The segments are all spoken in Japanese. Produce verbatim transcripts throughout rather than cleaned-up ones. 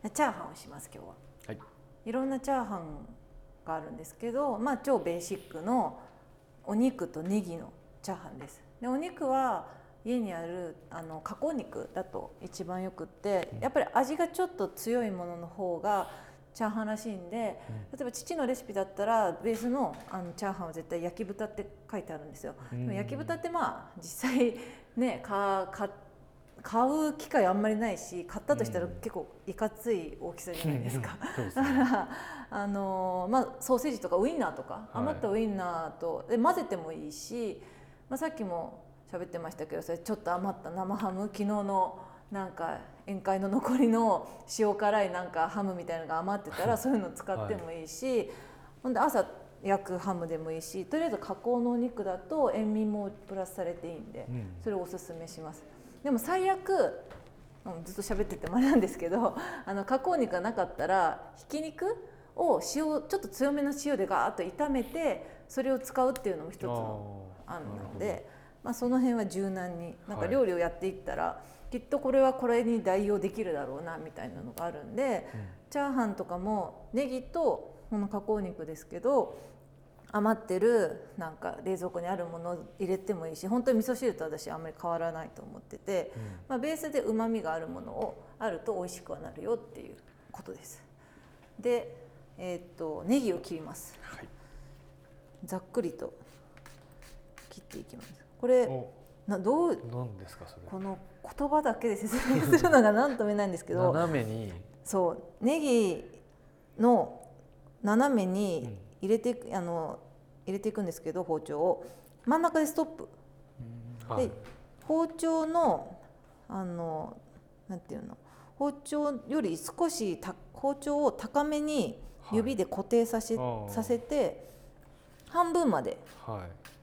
チャーハンをします今日は。 はい、 いろんなチャーハンがあるんですけど、まあ超ベーシックのお肉とネギのチャーハンです。でお肉は家にあるあの加工肉だと一番よくって、やっぱり味がちょっと強いものの方がチャーハンらしいんで、例えば父のレシピだったらベース の, あのチャーハンは絶対焼き豚って書いてあるんですよ。でも焼き豚ってまあ実際ねかか買う機会あんまりないし、買ったとしたら結構いかつい大きさじゃないですか。だからあの、まあ、ソーセージとかウインナーとか、余ったウインナーとで混ぜてもいいし、まあ、さっきも喋ってましたけど、それちょっと余った生ハム、昨日のなんか宴会の残りの塩辛いなんかハムみたいなのが余ってたらそういうの使ってもいいし、はい、ほんで朝焼くハムでもいいし、とりあえず加工のお肉だと塩味もプラスされていいんで、それをおすすめします。でも最悪、うん、ずっと喋っててもあれなんですけど、あの加工肉がなかったらひき肉を塩ちょっと強めの塩でガーッと炒めてそれを使うっていうのも一つの案なので、まあ、その辺は柔軟になんか料理をやっていったら、はい、きっとこれはこれに代用できるだろうなみたいなのがあるんで、うん、チャーハンとかもネギとこの加工肉ですけど、余ってるなんか冷蔵庫にあるものを入れてもいいし、本当に味噌汁と私あんまり変わらないと思ってて、うん、まあ、ベースでうまみがあるものをあると美味しくはなるよっていうことです。で、えー、っとネギを切ります、はい、ざっくりと切っていきます。これなどう何ですかそれ。 この言葉だけで説明するのが何とも言えないんですけど斜めにそうネギの斜めに入れていく、あの入れていくんですけど、包丁を真ん中でストップ、はい、で包丁のあのなんていうの包丁より少した包丁を高めに指で固定させ、はい、させて半分まで、はい、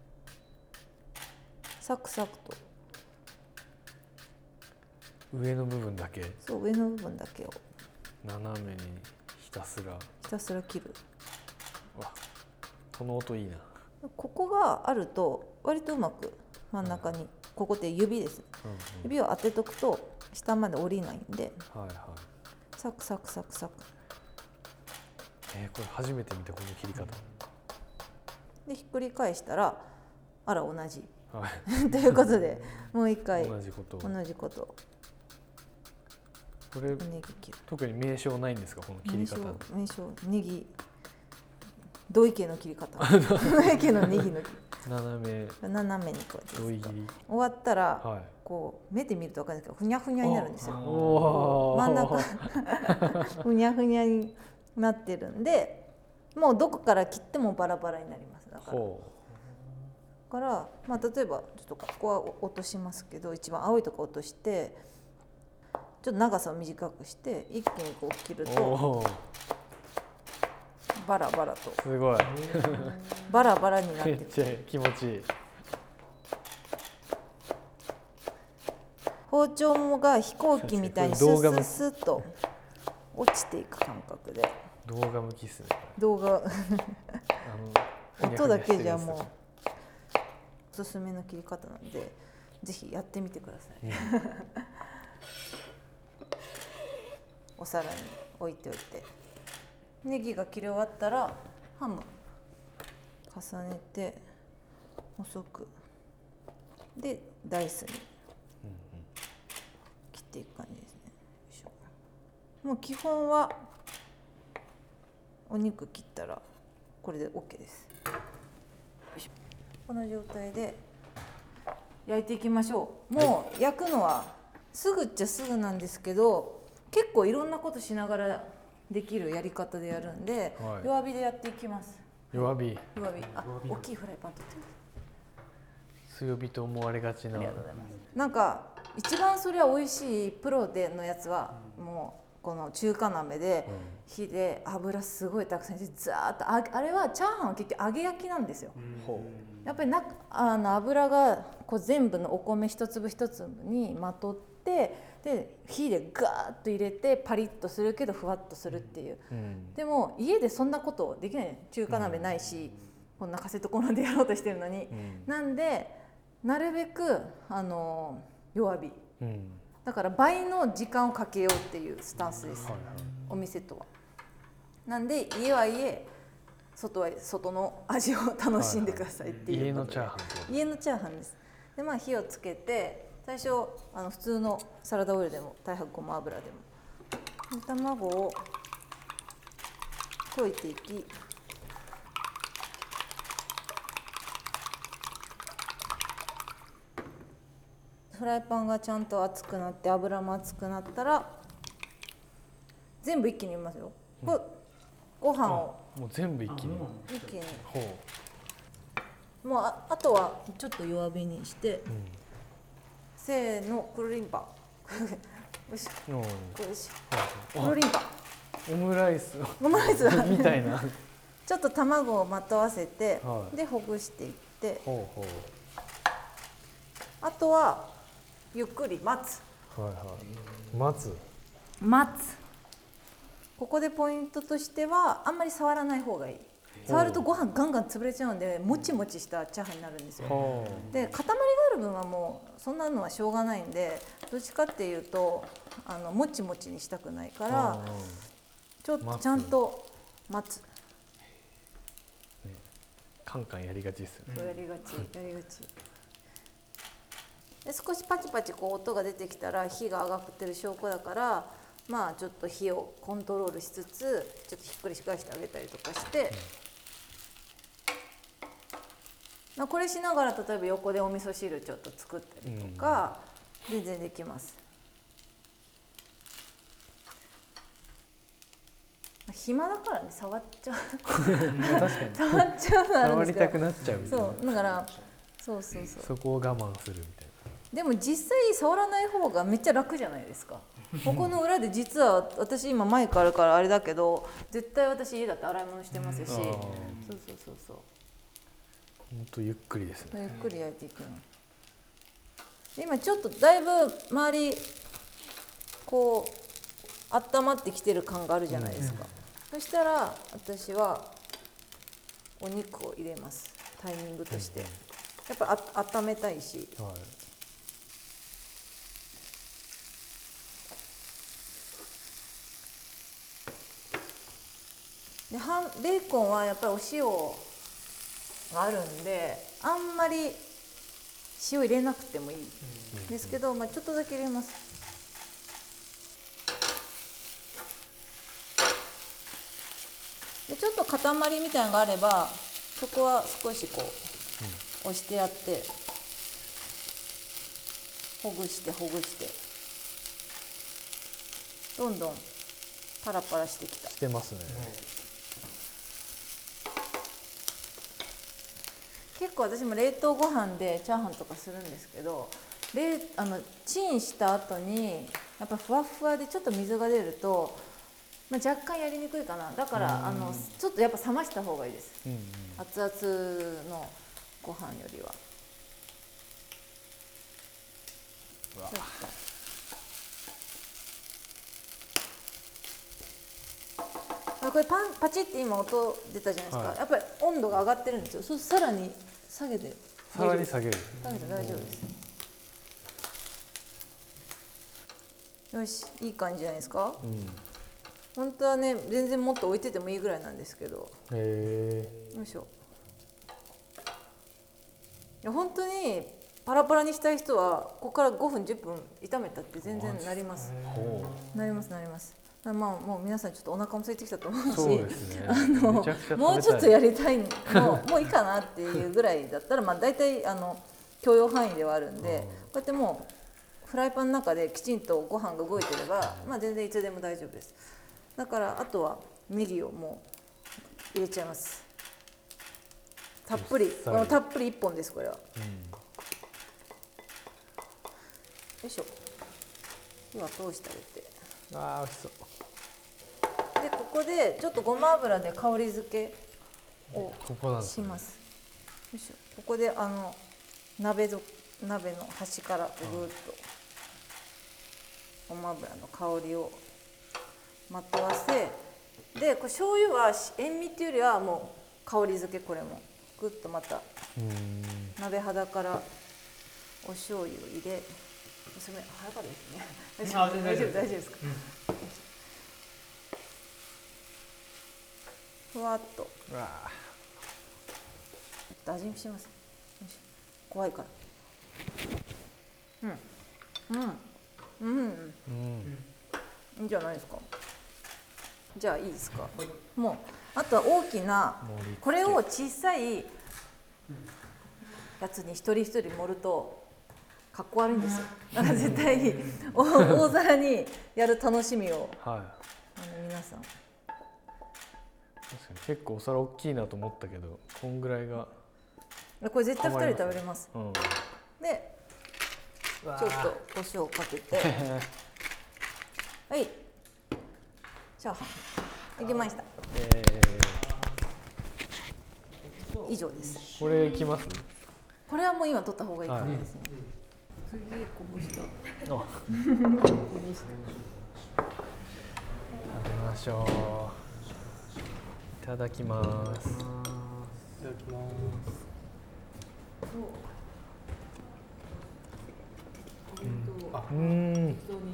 サクサクと上の部分だけそう上の部分だけを斜めにひたすらひたすら切る。 わこの音いいな。 ここがあると割とうまく真ん中に、うん、ここって指です、うんうん、指を当てとくと下まで降りないんで、はいはい、サクサクサクサク。 えー、これ初めて見たこの切り方、うん、 でひっくり返したらあら同じ、はい、ということでもう一回同じこと同じことこれ特に名称ないんですかこの切り方。 名称ネギ土井家の切り方土井家のネギの斜め斜めにこう土井切り終わったら、はい、こう目で見ると分かるんですけどふにゃふにゃになるんですよ。真ん中ふにゃふにゃになってるんで、もうどこから切ってもバラバラになります。だからだから、まあ、例えばちょっとここは落としますけど、一番青いところ落としてちょっと長さを短くして一気にこう切るとバラバラとすごいバラバラになってめっちゃ気持ちいい。 包丁が飛行機みたいにスッスッと落ちていく感覚で。 動画向きっすね。 動画音だけじゃもうおすすめの切り方なんでぜひやってみてください、うん、お皿に置いておいて、ネギが切り終わったらハム重ねて細くでダイスに切っていく感じですね。よいしょ。もう基本はお肉切ったらこれで OK です。よいしょ。この状態で焼いていきましょう。もう焼くのはすぐっちゃすぐなんですけど、結構いろんなことしながらできるやり方でやるんで、はい、弱火でやっていきます。 弱火。 弱火。あ、大きいフライパン取ってます。強火と思われがちな。 ありがとうございます。なんか一番それは美味しいプロでのやつはもうこの中華鍋で火で油すごいたくさん入れてザーッと あ, あれはチャーハンは結局揚げ焼きなんですよ。やっぱりなあの油がこう全部のお米一粒一粒にまとってで火でガーッと入れてパリッとするけどふわっとするっていう、うん、でも家でそんなことできない。中華鍋ないし、うん、こんなカセットコンロでやろうとしてるのに、うん、なんでなるべくあの弱火、うん、だから倍の時間をかけようっていうスタンスです、はいはい。 お店とは。なんで家は家、外は外の味を楽しんでくださいっていうことで、 はいはい、家のチャーハン。 家のチャーハンです。でまあ火をつけて、最初あの普通のサラダオイルでも太白ごま油でも、で卵を溶いていき、フライパンがちゃんと熱くなって油も熱くなったら全部一気に入れますよ。これ、うん、ご飯をもう全部一気に一気に、 ほうもう あ, あとはちょっと弱火にして、うん、せーの、くるりんぱよしよしくるりんぱオムライスオムライスみたいなちょっと卵をまとわせて、 はい、 でほぐしていって、 ほうほう、 あとはゆっくり待つ、 はいはい、待つ待つここでポイントとしては、あんまり触らない方がいい。触るとご飯ガンガン潰れちゃうんで、もちもちしたチャーハンになるんですよ。で塊がある分はもうそんなのはしょうがないんで、どっちかっていうとあのもちもちにしたくないから、ちょっとちゃんと待つ。 カンカンやりがちですよね。 やりがちやりがちで、少しパチパチこう音が出てきたら火が上がってる証拠だから、まあちょっと火をコントロールしつつ、ちょっとひっくり返してあげたりとかして、うん、まあ、これしながら例えば横でお味噌汁ちょっと作ったりとか、うん、全然できます。暇だからね、触っちゃう確かに触っちゃうのあるんですけど、 触りたくなっちゃうみたいな。 そうだから、そうそうそう、 そこを我慢するみたいな。 でも実際触らない方がめっちゃ楽じゃないですか。ここの裏で実は私今マイクあるからあれだけど、絶対私家だって洗い物してますし、そうそうそうそう、 本当ゆっくりですね。 ゆっくり焼いていくの。今ちょっとだいぶ周りこう温まってきてる感があるじゃないですか、うん、そしたら私はお肉を入れます、タイミングとして、うん、やっぱあ温めたいし、はい、でベーコンはやっぱりお塩があるんで、あんまり塩入れなくてもいいですけど、まあ、ちょっとだけ入れます。でちょっと塊みたいなのがあれば、そこは少しこう押してやって、ほぐしてほぐして、どんどんパラパラしてきた。 してますね。 結構私も冷凍ご飯でチャーハンとかするんですけど、冷あのチンした後にやっぱふわふわでちょっと水が出ると、まあ、若干やりにくいかな。だからあのちょっとやっぱ冷ました方がいいです、うんうん、熱々のご飯よりは。ちょっとこれパンパチって今音出たじゃないですか、はい、やっぱり温度が上がってるんですよ。そうさらに下げて、 さらに下げる、 下げて大丈夫です。よし、いい感じじゃないですか、うん、本当はね全然もっと置いててもいいぐらいなんですけど。へー、よいしょ。いや本当にパラパラにしたい人はここからごふんじゅっぷん炒めたって全然なります。なりますなります。まあもう皆さんちょっとお腹も空いてきたと思うし、そうですね、あのもうちょっとやりたいのもういいかなっていうぐらいだったら、まあ大体あの許容範囲ではあるんで、こうやってもうフライパンの中できちんとご飯が動いてれば、まあ全然いつでも大丈夫です。だからあとはネギをもう入れちゃいます。たっぷり、このたっぷりいっぽんですこれは。うん、よいしょ。火は通してあげて。 あー美味しそう。 でここでちょっとごま油で香り付けをします。よいしょ。ここであの鍋ぞ鍋の端からぐーっとごま油の香りをまとわせで、これ醤油は塩味っていうよりはもう香り付け、これもぐっとまた鍋肌からお醤油を入れ、それ早かったですね。大丈夫大丈夫ですか。うん、 ふわっとうわ味見します。よいしょ怖いから。うんうんうん、 うん、 いいんじゃないですか。じゃあいいですか。もうあとは大きなこれを小さいやつに一人一人盛るとかっこ悪いんですよ。だから絶対大皿にやる楽しみを、 はい、 あの皆さん。 確かに結構お皿大きいなと思ったけど、こんぐらいがこれ絶対ふたり食べれます。 うん、 でちょっと胡椒をかけてはいチャーハンできました。 え以上です。 ー、これいきます？ これはもう今取った方がいいかもですね。 はい、 次こぼした。 あこぼした。 食べましょう。いただきます。 いただきます。 うん、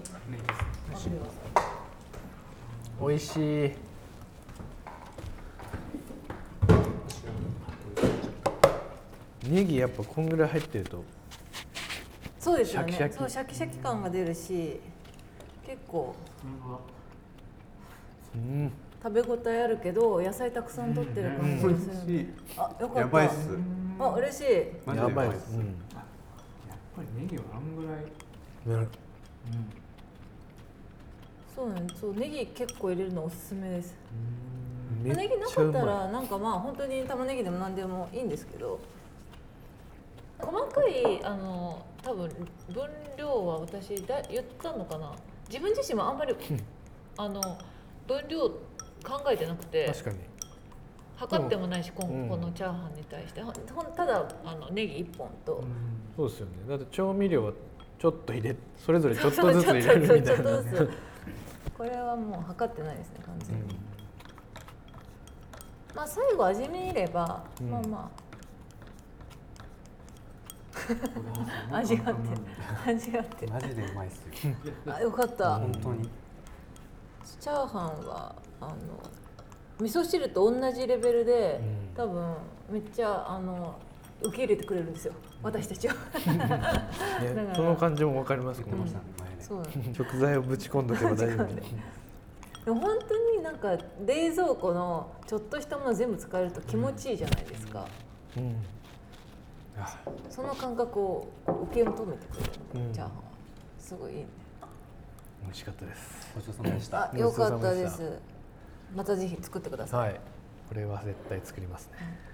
美味しい。ネギやっぱこんぐらい入ってるとそうですよね。 シャキシャキ、 そうシャキシャキ感が出るし、結構うん、 食べ応えあるけど野菜たくさん取ってる感じがする。うん、あ、よかった。 やばいっす。 あ、嬉しい。 やばいです。うん、 やっぱりネギはあんぐらい。 うん、 そうね、そうネギ結構入れるのおすすめです。 めっネギなちゃうまい。 かったらなんかまあ本当に玉ねぎでも何でもいいんですけど、細かいあの多分分量は私だ言ったのかな。自分自身もあんまりあの分量考えてなくて、 確かに測ってもないし、こうんこのチャーハンに対してほんただあのネギいっぽんと、 そうですよね。だって調味料はちょっと入れ、それぞれちょっとずつ入れるみたいな。 ちょっとずつこれはもう測ってないですね、完全に。 うん、 まあ最後味見れば、 うん、 まあまあ味があって味があってマジでうまいっすよ。 あ、よかった。 本当に。 チャーハンはあの味噌汁と同じレベルで、 うん、 多分めっちゃあの受け入れてくれるんですよ、私たちは。 ね、その感じもわかります。 言ってましたね、前ね。 そう。 食材をぶち込んどけば大丈夫。 でも本当になんか冷蔵庫のちょっとしたもの全部使えると気持ちいいじゃないですか。 うん、 その感覚を受け止めてくれる、 うん、 チャーハンはすごいいいね。 美味しかったです。 ごちそうさまでした。 あ、よかったです。またぜひ作ってください。 はい、これは絶対作りますね。 うん